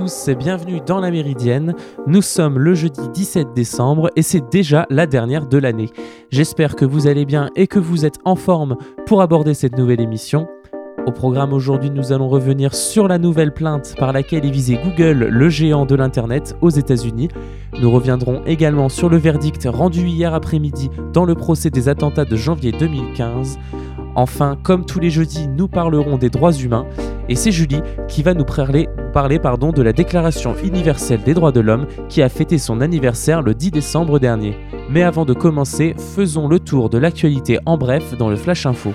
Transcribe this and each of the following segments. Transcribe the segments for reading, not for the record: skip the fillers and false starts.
tous et bienvenue dans la Méridienne. Nous sommes le jeudi 17 décembre et c'est déjà la dernière de l'année. J'espère que vous allez bien et que vous êtes en forme pour aborder cette nouvelle émission. Au programme aujourd'hui, nous allons revenir sur la nouvelle plainte par laquelle est visé Google, le géant de l'Internet, aux États-Unis. Nous reviendrons également sur le verdict rendu hier après-midi dans le procès des attentats de janvier 2015. Enfin, comme tous les jeudis, nous parlerons des droits humains et c'est Julie qui va nous parler de la Déclaration universelle des droits de l'homme qui a fêté son anniversaire le 10 décembre dernier. Mais avant de commencer, faisons le tour de l'actualité en bref dans le Flash Info.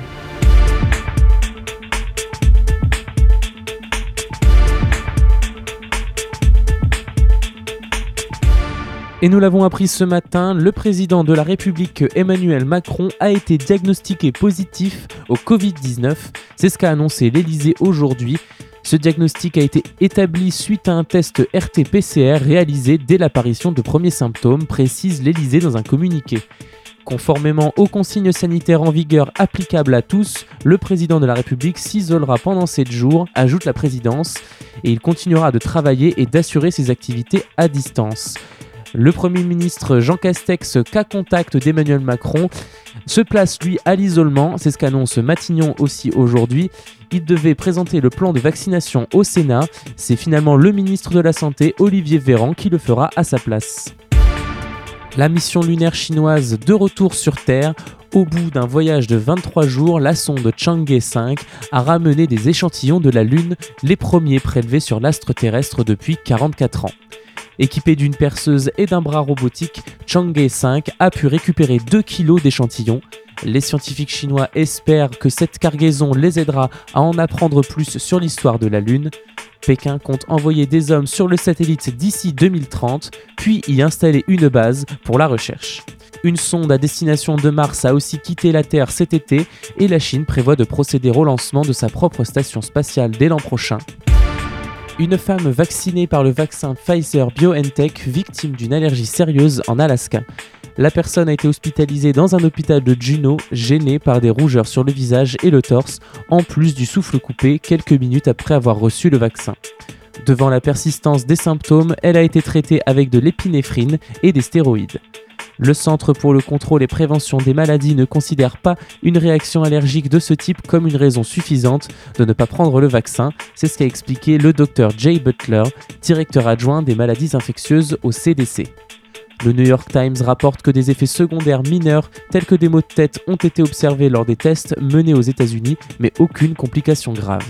Et nous l'avons appris ce matin, le président de la République Emmanuel Macron a été diagnostiqué positif au Covid-19. C'est ce qu'a annoncé l'Élysée aujourd'hui. Ce diagnostic a été établi suite à un test RT-PCR réalisé dès l'apparition de premiers symptômes, précise l'Élysée dans un communiqué. Conformément aux consignes sanitaires en vigueur applicables à tous, le président de la République s'isolera pendant 7 jours, ajoute la présidence, et il continuera de travailler et d'assurer ses activités à distance. Le Premier ministre Jean Castex, cas contact d'Emmanuel Macron, se place lui à l'isolement, c'est ce qu'annonce Matignon aussi aujourd'hui. Il devait présenter le plan de vaccination au Sénat, c'est finalement le ministre de la Santé Olivier Véran qui le fera à sa place. La mission lunaire chinoise de retour sur Terre. Au bout d'un voyage de 23 jours, la sonde Chang'e 5 a ramené des échantillons de la Lune, les premiers prélevés sur l'astre terrestre depuis 44 ans. Équipée d'une perceuse et d'un bras robotique, Chang'e 5 a pu récupérer 2 kilos d'échantillons. Les scientifiques chinois espèrent que cette cargaison les aidera à en apprendre plus sur l'histoire de la Lune. Pékin compte envoyer des hommes sur le satellite d'ici 2030, puis y installer une base pour la recherche. Une sonde à destination de Mars a aussi quitté la Terre cet été et la Chine prévoit de procéder au lancement de sa propre station spatiale dès l'an prochain. Une femme vaccinée par le vaccin Pfizer-BioNTech, victime d'une allergie sérieuse en Alaska. La personne a été hospitalisée dans un hôpital de Juneau, gênée par des rougeurs sur le visage et le torse, en plus du souffle coupé quelques minutes après avoir reçu le vaccin. Devant la persistance des symptômes, elle a été traitée avec de l'épinéphrine et des stéroïdes. Le Centre pour le contrôle et prévention des maladies ne considère pas une réaction allergique de ce type comme une raison suffisante de ne pas prendre le vaccin, c'est ce qu'a expliqué le Dr Jay Butler, directeur adjoint des maladies infectieuses au CDC. Le New York Times rapporte que des effets secondaires mineurs tels que des maux de tête ont été observés lors des tests menés aux États-Unis, mais aucune complication grave.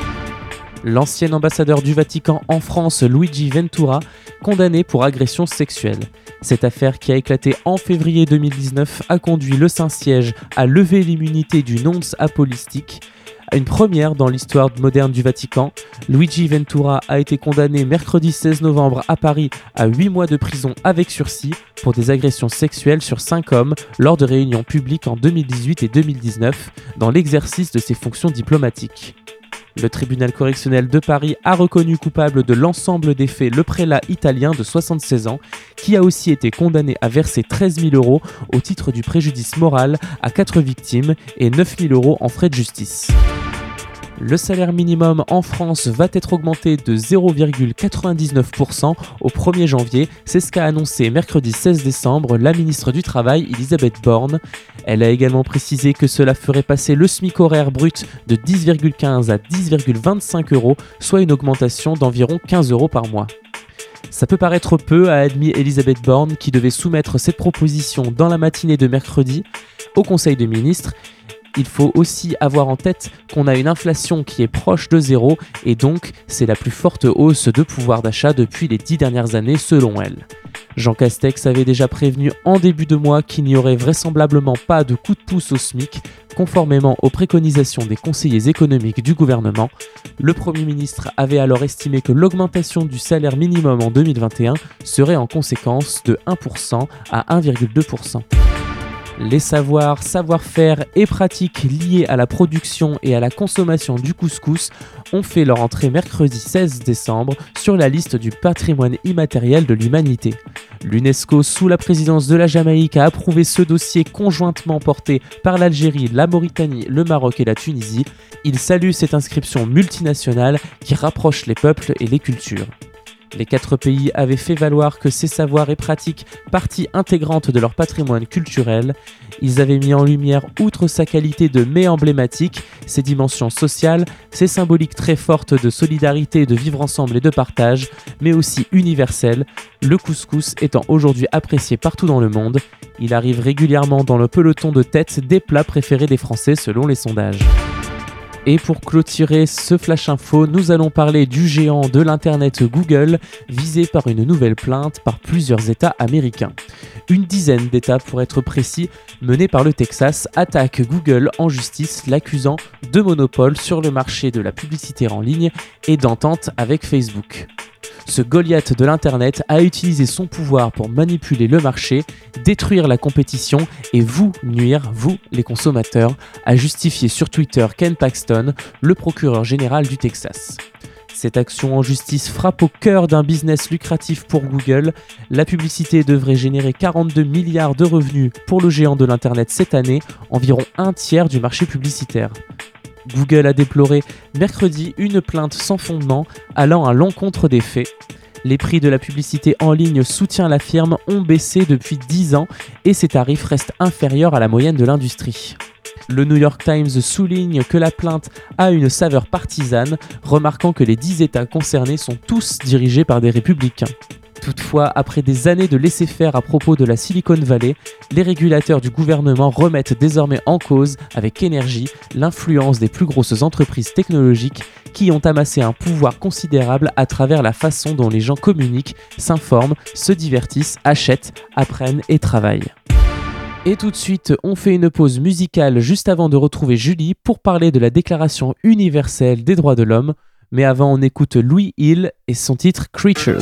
L'ancien ambassadeur du Vatican en France, Luigi Ventura, condamné pour agression sexuelle. Cette affaire qui a éclaté en février 2019 a conduit le Saint-Siège à lever l'immunité du nonce apostolique. Une première dans l'histoire moderne du Vatican. Luigi Ventura a été condamné mercredi 16 novembre à Paris à 8 mois de prison avec sursis pour des agressions sexuelles sur 5 hommes lors de réunions publiques en 2018 et 2019 dans l'exercice de ses fonctions diplomatiques. Le tribunal correctionnel de Paris a reconnu coupable de l'ensemble des faits le prélat italien de 76 ans, qui a aussi été condamné à verser 13 000 € au titre du préjudice moral à 4 victimes et 9 000 € en frais de justice. Le salaire minimum en France va être augmenté de 0,99% au 1er janvier, c'est ce qu'a annoncé mercredi 16 décembre la ministre du Travail Elisabeth Borne. Elle a également précisé que cela ferait passer le SMIC horaire brut de 10,15 à 10,25 €, soit une augmentation d'environ 15 € par mois. Ça peut paraître peu, a admis Elisabeth Borne, qui devait soumettre cette proposition dans la matinée de mercredi au Conseil des ministres. Il faut aussi avoir en tête qu'on a une inflation qui est proche de zéro et donc c'est la plus forte hausse de pouvoir d'achat depuis les 10 dernières années selon elle. Jean Castex avait déjà prévenu en début de mois qu'il n'y aurait vraisemblablement pas de coup de pouce au SMIC, conformément aux préconisations des conseillers économiques du gouvernement. Le Premier ministre avait alors estimé que l'augmentation du salaire minimum en 2021 serait en conséquence de 1% à 1,2%. Les savoirs, savoir-faire et pratiques liés à la production et à la consommation du couscous ont fait leur entrée mercredi 16 décembre sur la liste du patrimoine immatériel de l'humanité. L'UNESCO, sous la présidence de la Jamaïque, a approuvé ce dossier conjointement porté par l'Algérie, la Mauritanie, le Maroc et la Tunisie. Il salue cette inscription multinationale qui rapproche les peuples et les cultures. Les 4 pays avaient fait valoir que ces savoirs et pratiques, partie intégrante de leur patrimoine culturel, ils avaient mis en lumière, outre sa qualité de mets emblématique, ses dimensions sociales, ses symboliques très fortes de solidarité, de vivre ensemble et de partage, mais aussi universelles, le couscous étant aujourd'hui apprécié partout dans le monde. Il arrive régulièrement dans le peloton de tête des plats préférés des Français selon les sondages. Et pour clôturer ce Flash Info, nous allons parler du géant de l'internet Google, visé par une nouvelle plainte par plusieurs États américains. Une dizaine d'États pour être précis, menés par le Texas, attaquent Google en justice, l'accusant de monopole sur le marché de la publicité en ligne et d'entente avec Facebook. Ce Goliath de l'internet a utilisé son pouvoir pour manipuler le marché, détruire la compétition et vous nuire, vous les consommateurs, a justifié sur Twitter Ken Paxton, le procureur général du Texas. Cette action en justice frappe au cœur d'un business lucratif pour Google. La publicité devrait générer 42 milliards de revenus pour le géant de l'internet cette année, environ un tiers du marché publicitaire. Google a déploré mercredi une plainte sans fondement allant à l'encontre des faits. Les prix de la publicité en ligne, soutient la firme, ont baissé depuis 10 ans et ces tarifs restent inférieurs à la moyenne de l'industrie. Le New York Times souligne que la plainte a une saveur partisane, remarquant que les 10 États concernés sont tous dirigés par des républicains. Toutefois, après des années de laisser-faire à propos de la Silicon Valley, les régulateurs du gouvernement remettent désormais en cause, avec énergie, l'influence des plus grosses entreprises technologiques qui ont amassé un pouvoir considérable à travers la façon dont les gens communiquent, s'informent, se divertissent, achètent, apprennent et travaillent. Et tout de suite, on fait une pause musicale juste avant de retrouver Julie pour parler de la Déclaration universelle des droits de l'homme. Mais avant, on écoute Louis Hill et son titre Creatures.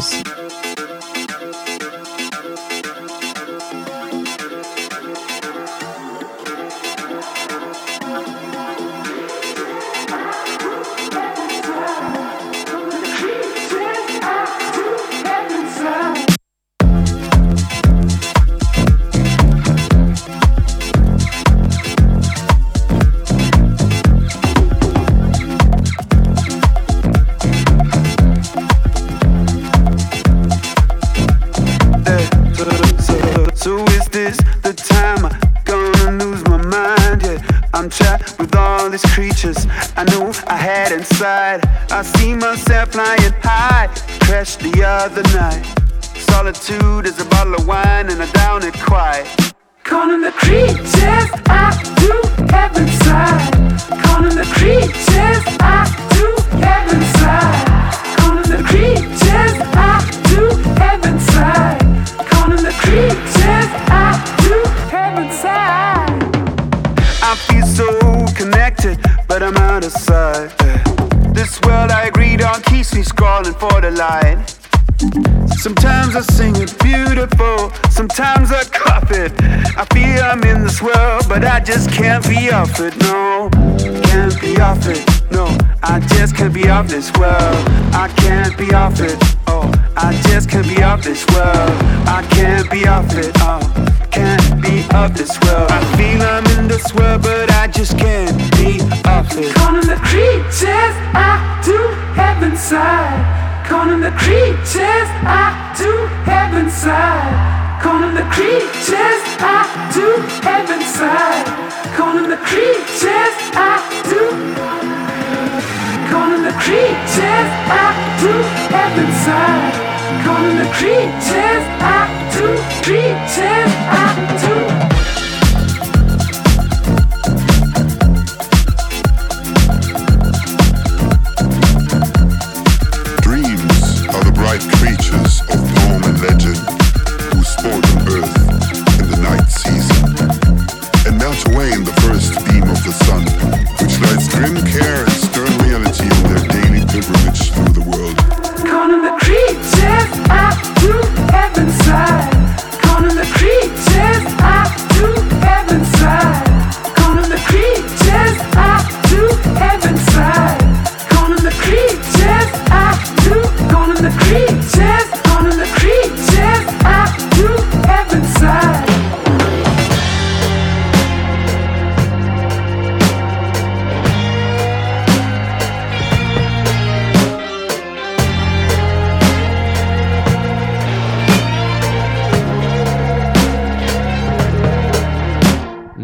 I knew I had inside. I see myself flying high. Crashed the other night. Solitude is a bottle of wine and I down it quiet. Calling the creatures I do have inside. Calling the creatures I do have inside. Calling the creatures I do have inside. Calling the creatures I do have inside. I feel so connected, but I'm out of sight. This world I agreed on keeps me scrolling for the light. Sometimes I sing it beautiful, sometimes I cough it. I feel I'm in this world, but I just can't be off it. No, can't be off it. No, I just can't be off this world. I can't be off it. Oh, I just can't be off this world. I can't be off it. Oh, can't be off this world. I feel I'm in this world, but I just can't be off it. Calling the creatures I do have inside. Calling the creatures I do have inside. Calling the creatures I do have inside. Calling the creatures I do. Calling the creatures I do have inside. Calling the creatures I do. Creatures I do. Creatures of poem and legend who sport on earth in the night season and melt away in the first beam of the sun, which lights grim care and stern reality on their daily pilgrimage through the world. Calling the creatures I do have inside. Calling the creatures I do have inside. Calling the creatures I do have inside. Calling the creatures I do. Calling the creatures, calling the creatures I do have inside.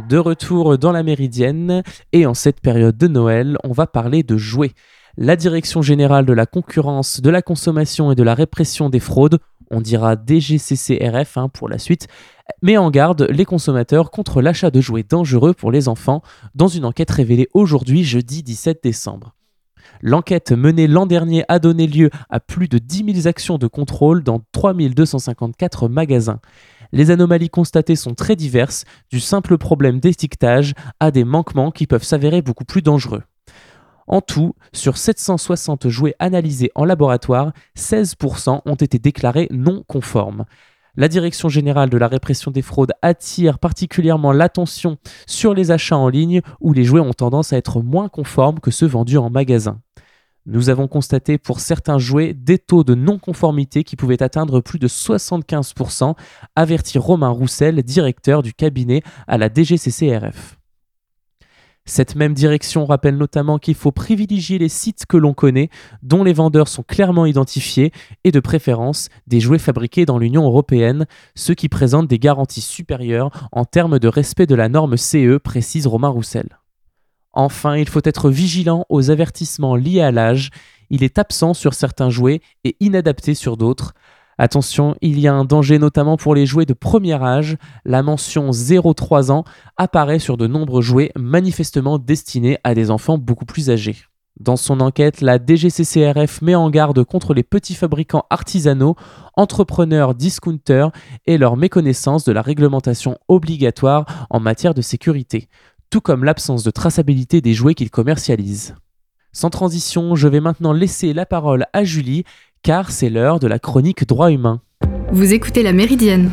De retour dans la Méridienne, et en cette période de Noël, on va parler de jouets. La Direction générale de la concurrence, de la consommation et de la répression des fraudes, on dira DGCCRF pour la suite, met en garde les consommateurs contre l'achat de jouets dangereux pour les enfants dans une enquête révélée aujourd'hui, jeudi 17 décembre. L'enquête menée l'an dernier a donné lieu à plus de 10 000 actions de contrôle dans 3 254 magasins. Les anomalies constatées sont très diverses, du simple problème d'étiquetage à des manquements qui peuvent s'avérer beaucoup plus dangereux. En tout, sur 760 jouets analysés en laboratoire, 16% ont été déclarés non conformes. La Direction générale de la répression des fraudes attire particulièrement l'attention sur les achats en ligne où les jouets ont tendance à être moins conformes que ceux vendus en magasin. Nous avons constaté pour certains jouets des taux de non-conformité qui pouvaient atteindre plus de 75%, avertit Romain Roussel, directeur du cabinet à la DGCCRF. Cette même direction rappelle notamment qu'il faut privilégier les sites que l'on connaît, dont les vendeurs sont clairement identifiés, et de préférence des jouets fabriqués dans l'Union européenne, ceux qui présentent des garanties supérieures en termes de respect de la norme CE, précise Romain Roussel. Enfin, il faut être vigilant aux avertissements liés à l'âge. Il est absent sur certains jouets et inadapté sur d'autres. Attention, il y a un danger notamment pour les jouets de premier âge. La mention 0-3 ans apparaît sur de nombreux jouets manifestement destinés à des enfants beaucoup plus âgés. Dans son enquête, la DGCCRF met en garde contre les petits fabricants artisanaux, entrepreneurs discounters et leur méconnaissance de la réglementation obligatoire en matière de sécurité, tout comme l'absence de traçabilité des jouets qu'ils commercialisent. Sans transition, je vais maintenant laisser la parole à Julie, car c'est l'heure de la chronique Droits humains. Vous écoutez La Méridienne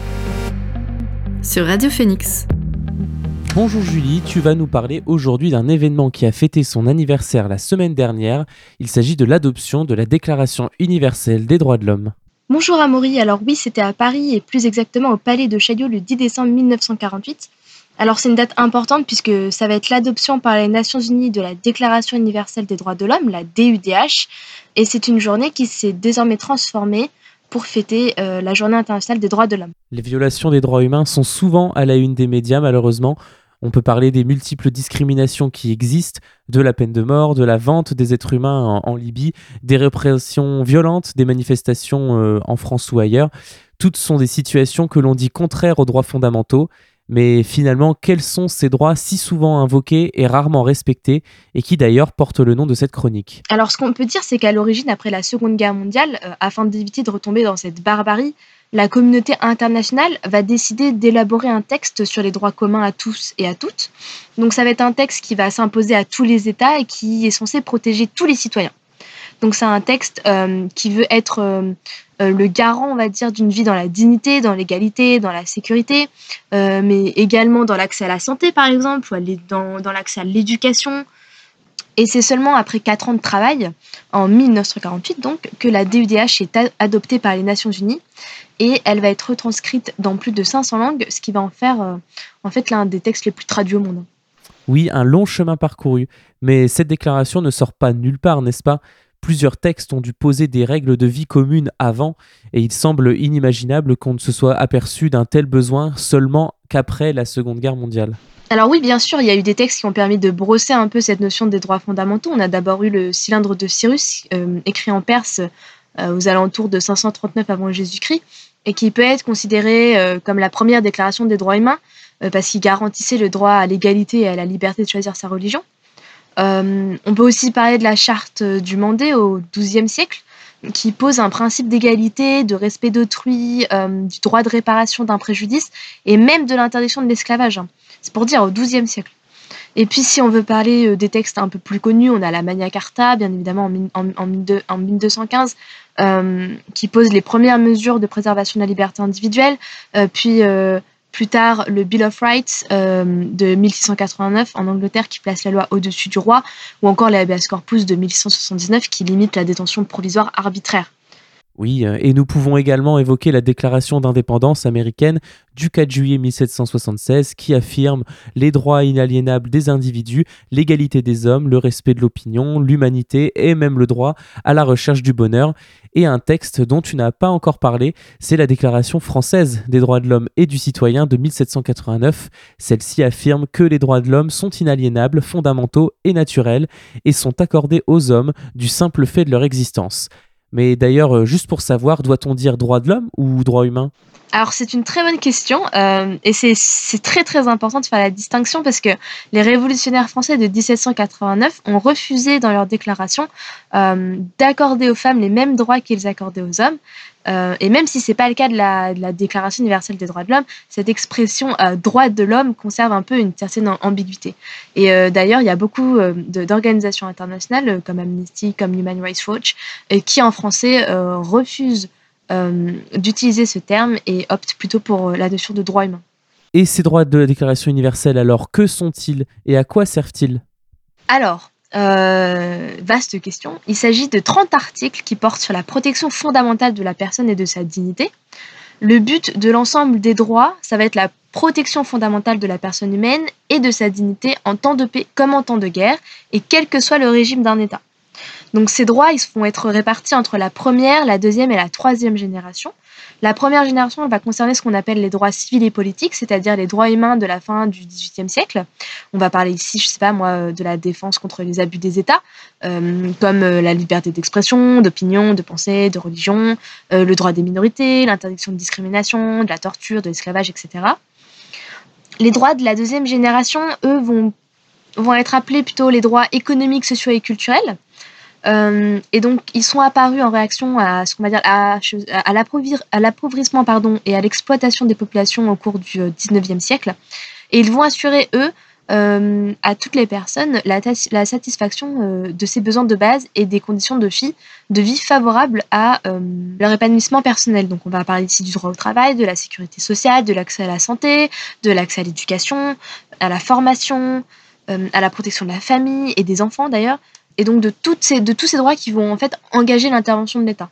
sur Radio Phoenix. Bonjour Julie, tu vas nous parler aujourd'hui d'un événement qui a fêté son anniversaire la semaine dernière. Il s'agit de l'adoption de la Déclaration universelle des droits de l'homme. Bonjour Amaury, alors oui, c'était à Paris et plus exactement au Palais de Chaillot le 10 décembre 1948. Alors c'est une date importante puisque ça va être l'adoption par les Nations Unies de la Déclaration universelle des droits de l'homme, la DUDH, et c'est une journée qui s'est désormais transformée pour fêter la Journée internationale des droits de l'homme. Les violations des droits humains sont souvent à la une des médias malheureusement. On peut parler des multiples discriminations qui existent, de la peine de mort, de la vente des êtres humains en Libye, des répressions violentes, des manifestations en France ou ailleurs. Toutes sont des situations que l'on dit contraires aux droits fondamentaux. Mais finalement, quels sont ces droits si souvent invoqués et rarement respectés, et qui d'ailleurs portent le nom de cette chronique ? Alors ce qu'on peut dire, c'est qu'à l'origine, après la Seconde Guerre mondiale, afin d'éviter de retomber dans cette barbarie, la communauté internationale va décider d'élaborer un texte sur les droits communs à tous et à toutes. Donc ça va être un texte qui va s'imposer à tous les États et qui est censé protéger tous les citoyens. Donc c'est un texte qui veut être le garant, on va dire, d'une vie dans la dignité, dans l'égalité, dans la sécurité, mais également dans l'accès à la santé, par exemple, ou dans l'accès à l'éducation. Et c'est seulement après 4 ans de travail, en 1948 donc, que la DUDH est adoptée par les Nations Unies et elle va être retranscrite dans plus de 500 langues, ce qui va en faire en fait l'un des textes les plus traduits au monde. Oui, un long chemin parcouru, mais cette déclaration ne sort pas nulle part, n'est-ce pas ? Plusieurs textes ont dû poser des règles de vie communes avant, et il semble inimaginable qu'on ne se soit aperçu d'un tel besoin seulement qu'après la Seconde Guerre mondiale. Alors oui, bien sûr, il y a eu des textes qui ont permis de brosser un peu cette notion des droits fondamentaux. On a d'abord eu le Cylindre de Cyrus, écrit en perse aux alentours de 539 avant Jésus-Christ, et qui peut être considéré comme la première déclaration des droits humains, parce qu'il garantissait le droit à l'égalité et à la liberté de choisir sa religion. On peut aussi parler de la charte du Mandé au XIIe siècle, qui pose un principe d'égalité, de respect d'autrui, du droit de réparation d'un préjudice et même de l'interdiction de l'esclavage. C'est pour dire au XIIe siècle. Et puis si on veut parler des textes un peu plus connus, on a la Magna Carta, bien évidemment en 1215, qui pose les premières mesures de préservation de la liberté individuelle, puis plus tard, le Bill of Rights de 1689 en Angleterre qui place la loi au-dessus du roi, ou encore l'habeas corpus de 1679 qui limite la détention provisoire arbitraire. Oui, et nous pouvons également évoquer la déclaration d'indépendance américaine du 4 juillet 1776 qui affirme les droits inaliénables des individus, l'égalité des hommes, le respect de l'opinion, l'humanité et même le droit à la recherche du bonheur. Et un texte dont tu n'as pas encore parlé, c'est la Déclaration française des droits de l'homme et du citoyen de 1789. Celle-ci affirme que les droits de l'homme sont inaliénables, fondamentaux et naturels et sont accordés aux hommes du simple fait de leur existence. Mais d'ailleurs, juste pour savoir, doit-on dire droit de l'homme ou droit humain? Alors c'est une très bonne question et c'est très très important de faire la distinction parce que les révolutionnaires français de 1789 ont refusé dans leur déclaration d'accorder aux femmes les mêmes droits qu'ils accordaient aux hommes. Et même si c'est pas le cas de la Déclaration universelle des droits de l'homme, cette expression droit de l'homme conserve un peu une certaine ambiguïté. Et d'ailleurs, il y a beaucoup d'organisations internationales comme Amnesty, comme Human Rights Watch, qui en français refusent d'utiliser ce terme et optent plutôt pour la notion de droit humain. Et ces droits de la Déclaration universelle, alors, que sont-ils et à quoi servent-ils? Alors, vaste question. Il s'agit de 30 articles qui portent sur la protection fondamentale de la personne et de sa dignité. Le but de l'ensemble des droits, ça va être la protection fondamentale de la personne humaine et de sa dignité en temps de paix comme en temps de guerre, et quel que soit le régime d'un État. Donc ces droits, ils vont être répartis entre la première, la deuxième et la troisième génération. La première génération, elle va concerner ce qu'on appelle les droits civils et politiques, c'est-à-dire les droits humains de la fin du XVIIIe siècle. On va parler ici, je sais pas moi, de la défense contre les abus des États, comme la liberté d'expression, d'opinion, de pensée, de religion, le droit des minorités, l'interdiction de discrimination, de la torture, de l'esclavage, etc. Les droits de la deuxième génération, eux, vont être appelés plutôt les droits économiques, sociaux et culturels. Et donc, ils sont apparus en réaction à ce qu'on va dire à l'appauvrissement et à l'exploitation des populations au cours du XIXe siècle. Et ils vont assurer, eux, à toutes les personnes la satisfaction de ces besoins de base et des conditions de vie favorables à leur épanouissement personnel. Donc, on va parler ici du droit au travail, de la sécurité sociale, de l'accès à la santé, de l'accès à l'éducation, à la formation, à la protection de la famille et des enfants d'ailleurs. Et donc de tous ces droits qui vont en fait engager l'intervention de l'État.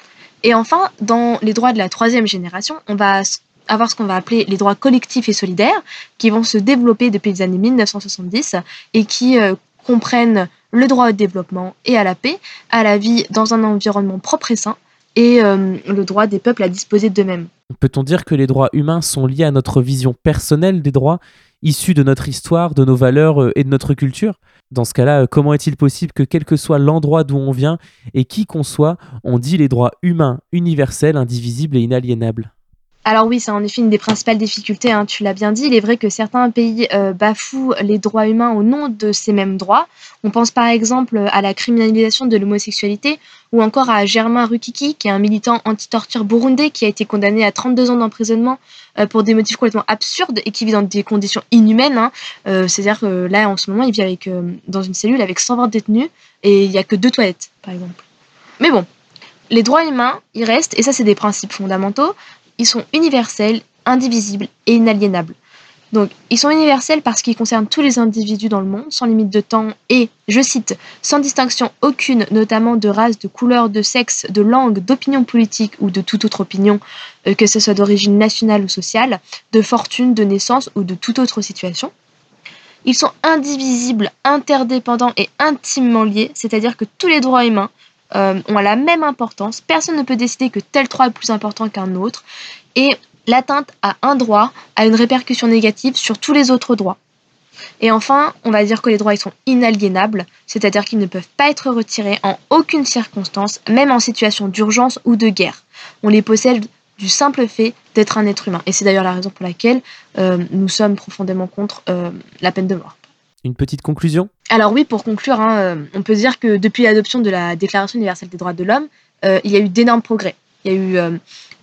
Et enfin, dans les droits de la troisième génération, on va avoir ce qu'on va appeler les droits collectifs et solidaires, qui vont se développer depuis les années 1970 et qui comprennent le droit au développement et à la paix, à la vie dans un environnement propre et sain, et le droit des peuples à disposer d'eux-mêmes. Peut-on dire que les droits humains sont liés à notre vision personnelle des droits, issus de notre histoire, de nos valeurs et de notre culture? Dans ce cas-là, comment est-il possible que quel que soit l'endroit d'où on vient et qui qu'on soit, on dit les droits humains, universels, indivisibles et inaliénables? Alors oui, c'est en effet une des principales difficultés, hein, tu l'as bien dit. Il est vrai que certains pays bafouent les droits humains au nom de ces mêmes droits. On pense par exemple à la criminalisation de l'homosexualité ou encore à Germain Rukiki, qui est un militant anti-torture burundais qui a été condamné à 32 ans d'emprisonnement pour des motifs complètement absurdes et qui vit dans des conditions inhumaines. Hein. C'est-à-dire que là, en ce moment, il vit dans une cellule avec 120 détenus et il n'y a que 2 toilettes, par exemple. Mais bon, les droits humains, ils restent, et ça c'est des principes fondamentaux. Ils sont universels, indivisibles et inaliénables. Donc, ils sont universels parce qu'ils concernent tous les individus dans le monde, sans limite de temps et, je cite, sans distinction aucune, notamment de race, de couleur, de sexe, de langue, d'opinion politique ou de toute autre opinion, que ce soit d'origine nationale ou sociale, de fortune, de naissance ou de toute autre situation. Ils sont indivisibles, interdépendants et intimement liés, c'est-à-dire que tous les droits humains ont la même importance, personne ne peut décider que tel droit est plus important qu'un autre, et l'atteinte à un droit a une répercussion négative sur tous les autres droits. Et enfin, on va dire que les droits ils sont inaliénables, c'est-à-dire qu'ils ne peuvent pas être retirés en aucune circonstance, même en situation d'urgence ou de guerre. On les possède du simple fait d'être un être humain. Et c'est d'ailleurs la raison pour laquelle nous sommes profondément contre la peine de mort. Une petite conclusion? Alors oui, pour conclure, on peut dire que depuis l'adoption de la Déclaration universelle des droits de l'homme, il y a eu d'énormes progrès. Il y a eu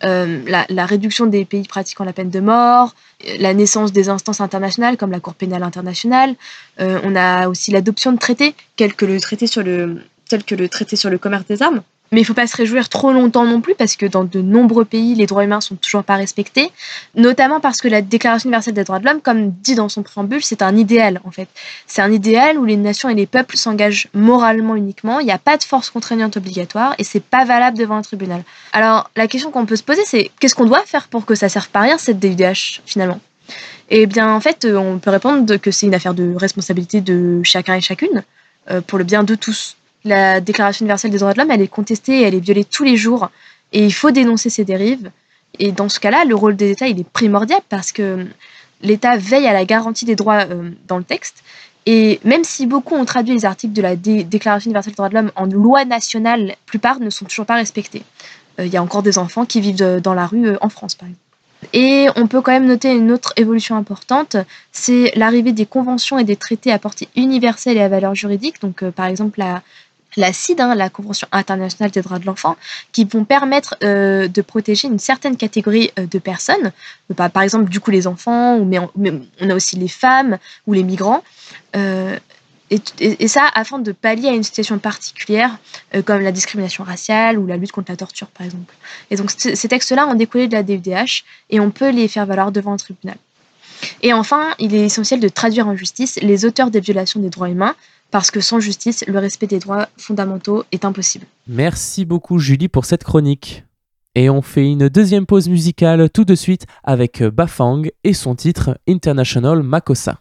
la réduction des pays pratiquant la peine de mort, la naissance des instances internationales comme la Cour pénale internationale. On a aussi l'adoption de traités tels que le traité sur le commerce des armes. Mais il ne faut pas se réjouir trop longtemps non plus, parce que dans de nombreux pays, les droits humains ne sont toujours pas respectés, notamment parce que la Déclaration universelle des droits de l'homme, comme dit dans son préambule, c'est un idéal en fait. C'est un idéal où les nations et les peuples s'engagent moralement uniquement, il n'y a pas de force contraignante obligatoire et c'est pas valable devant un tribunal. Alors la question qu'on peut se poser, c'est qu'est-ce qu'on doit faire pour que ça serve pas à rien cette DUDH finalement ? Eh bien en fait, on peut répondre que c'est une affaire de responsabilité de chacun et chacune, pour le bien de tous. La Déclaration universelle des droits de l'homme, elle est contestée, elle est violée tous les jours, et il faut dénoncer ces dérives. Et dans ce cas-là, le rôle des États, il est primordial parce que l'État veille à la garantie des droits dans le texte. Et même si beaucoup ont traduit les articles de la Déclaration universelle des droits de l'homme en loi nationale, la plupart ne sont toujours pas respectés. Il y a encore des enfants qui vivent dans la rue en France, par exemple. Et on peut quand même noter une autre évolution importante, c'est l'arrivée des conventions et des traités à portée universelle et à valeur juridique, donc par exemple la CID, la Convention internationale des droits de l'enfant, qui vont permettre de protéger une certaine catégorie de personnes, par exemple du coup les enfants, mais on a aussi les femmes ou les migrants, et ça afin de pallier à une situation particulière comme la discrimination raciale ou la lutte contre la torture par exemple. Et donc ces textes-là ont découlé de la DUDH et on peut les faire valoir devant un tribunal. Et enfin, il est essentiel de traduire en justice les auteurs des violations des droits humains, parce que sans justice, le respect des droits fondamentaux est impossible. Merci beaucoup Julie pour cette chronique. Et on fait une deuxième pause musicale tout de suite avec Bafang et son titre International Makossa.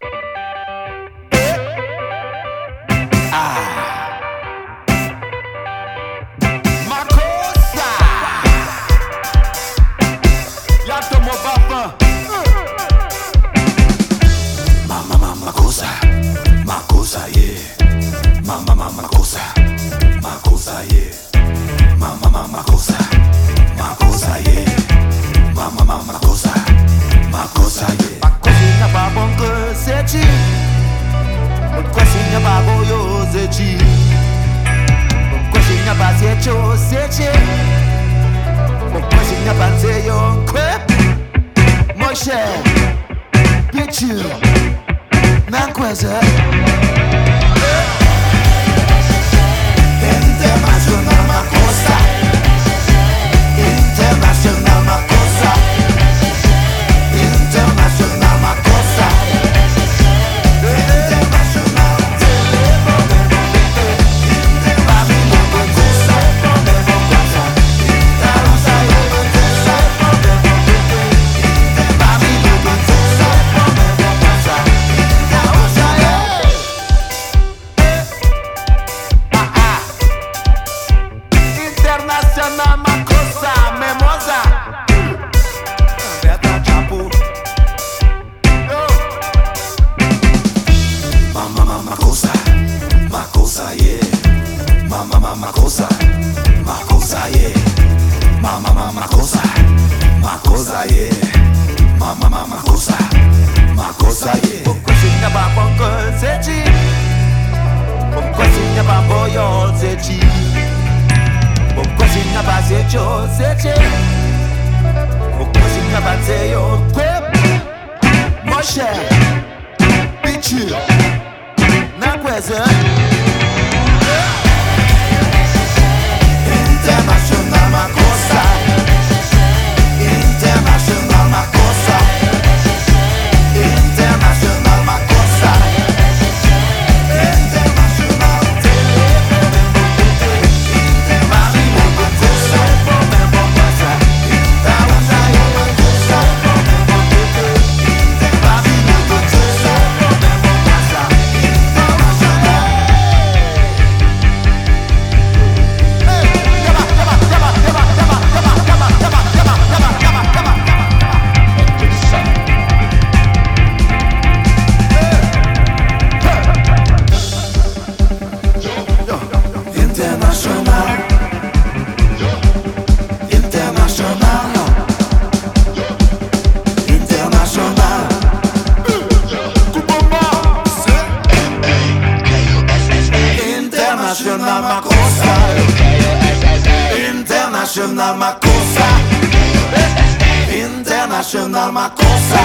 International Makossa.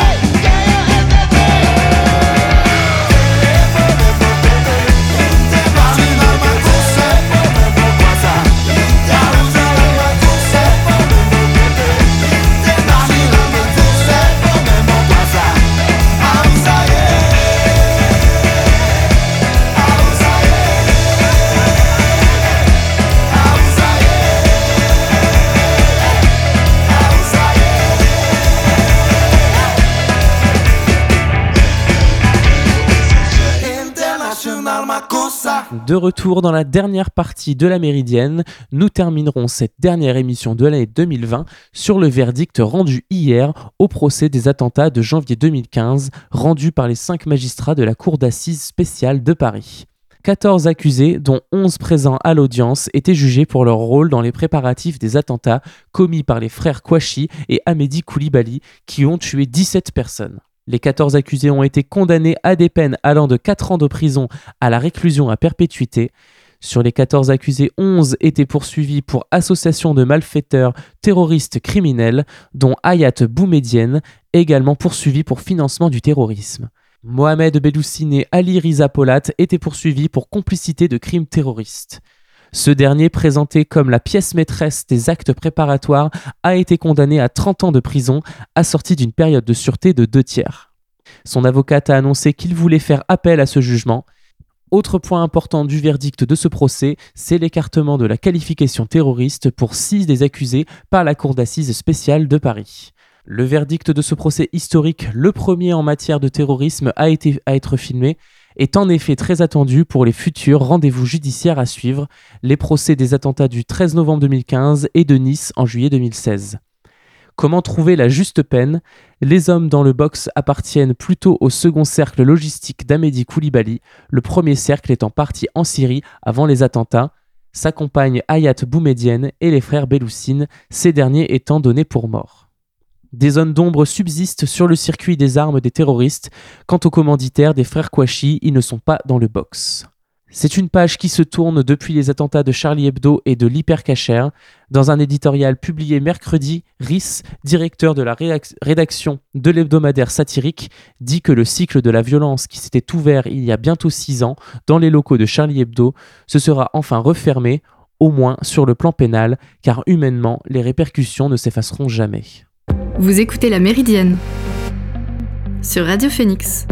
International Makossa. De retour dans la dernière partie de la Méridienne, nous terminerons cette dernière émission de l'année 2020 sur le verdict rendu hier au procès des attentats de janvier 2015, rendu par les 5 magistrats de la Cour d'assises spéciale de Paris. 14 accusés, dont 11 présents à l'audience, étaient jugés pour leur rôle dans les préparatifs des attentats commis par les frères Kouachi et Hamedi Koulibaly, qui ont tué 17 personnes. Les 14 accusés ont été condamnés à des peines allant de 4 ans de prison à la réclusion à perpétuité. Sur les 14 accusés, 11 étaient poursuivis pour association de malfaiteurs terroristes criminels, dont Hayat Boumedienne, également poursuivi pour financement du terrorisme. Mohamed Belloucine et Ali Riza Polat étaient poursuivis pour complicité de crimes terroristes. Ce dernier, présenté comme la pièce maîtresse des actes préparatoires, a été condamné à 30 ans de prison, assorti d'une période de sûreté de 2/3. Son avocate a annoncé qu'il voulait faire appel à ce jugement. Autre point important du verdict de ce procès, c'est l'écartement de la qualification terroriste pour 6 des accusés par la Cour d'assises spéciale de Paris. Le verdict de ce procès historique, le premier en matière de terrorisme à être filmé, est en effet très attendu pour les futurs rendez-vous judiciaires à suivre, les procès des attentats du 13 novembre 2015 et de Nice en juillet 2016. Comment trouver la juste peine ? Les hommes dans le box appartiennent plutôt au second cercle logistique d'Hamedi Koulibaly, le premier cercle étant parti en Syrie avant les attentats, sa compagne Hayat Boumedienne et les frères Belloucine, ces derniers étant donnés pour morts. Des zones d'ombre subsistent sur le circuit des armes des terroristes. Quant aux commanditaires des frères Kouachi, ils ne sont pas dans le box. C'est une page qui se tourne depuis les attentats de Charlie Hebdo et de l'Hypercacher. Dans un éditorial publié mercredi, Rhys, directeur de la rédaction de l'hebdomadaire satirique, dit que le cycle de la violence qui s'était ouvert il y a bientôt 6 ans dans les locaux de Charlie Hebdo se sera enfin refermé, au moins sur le plan pénal, car humainement, les répercussions ne s'effaceront jamais. Vous écoutez La Méridienne sur Radio Phoenix.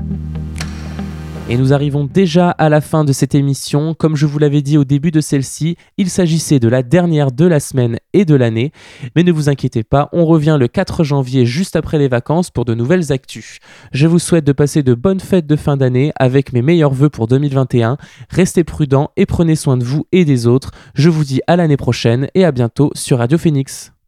Et nous arrivons déjà à la fin de cette émission. Comme je vous l'avais dit au début de celle-ci, il s'agissait de la dernière de la semaine et de l'année. Mais ne vous inquiétez pas, on revient le 4 janvier juste après les vacances pour de nouvelles actus. Je vous souhaite de passer de bonnes fêtes de fin d'année avec mes meilleurs vœux pour 2021. Restez prudents et prenez soin de vous et des autres. Je vous dis à l'année prochaine et à bientôt sur Radio Phoenix.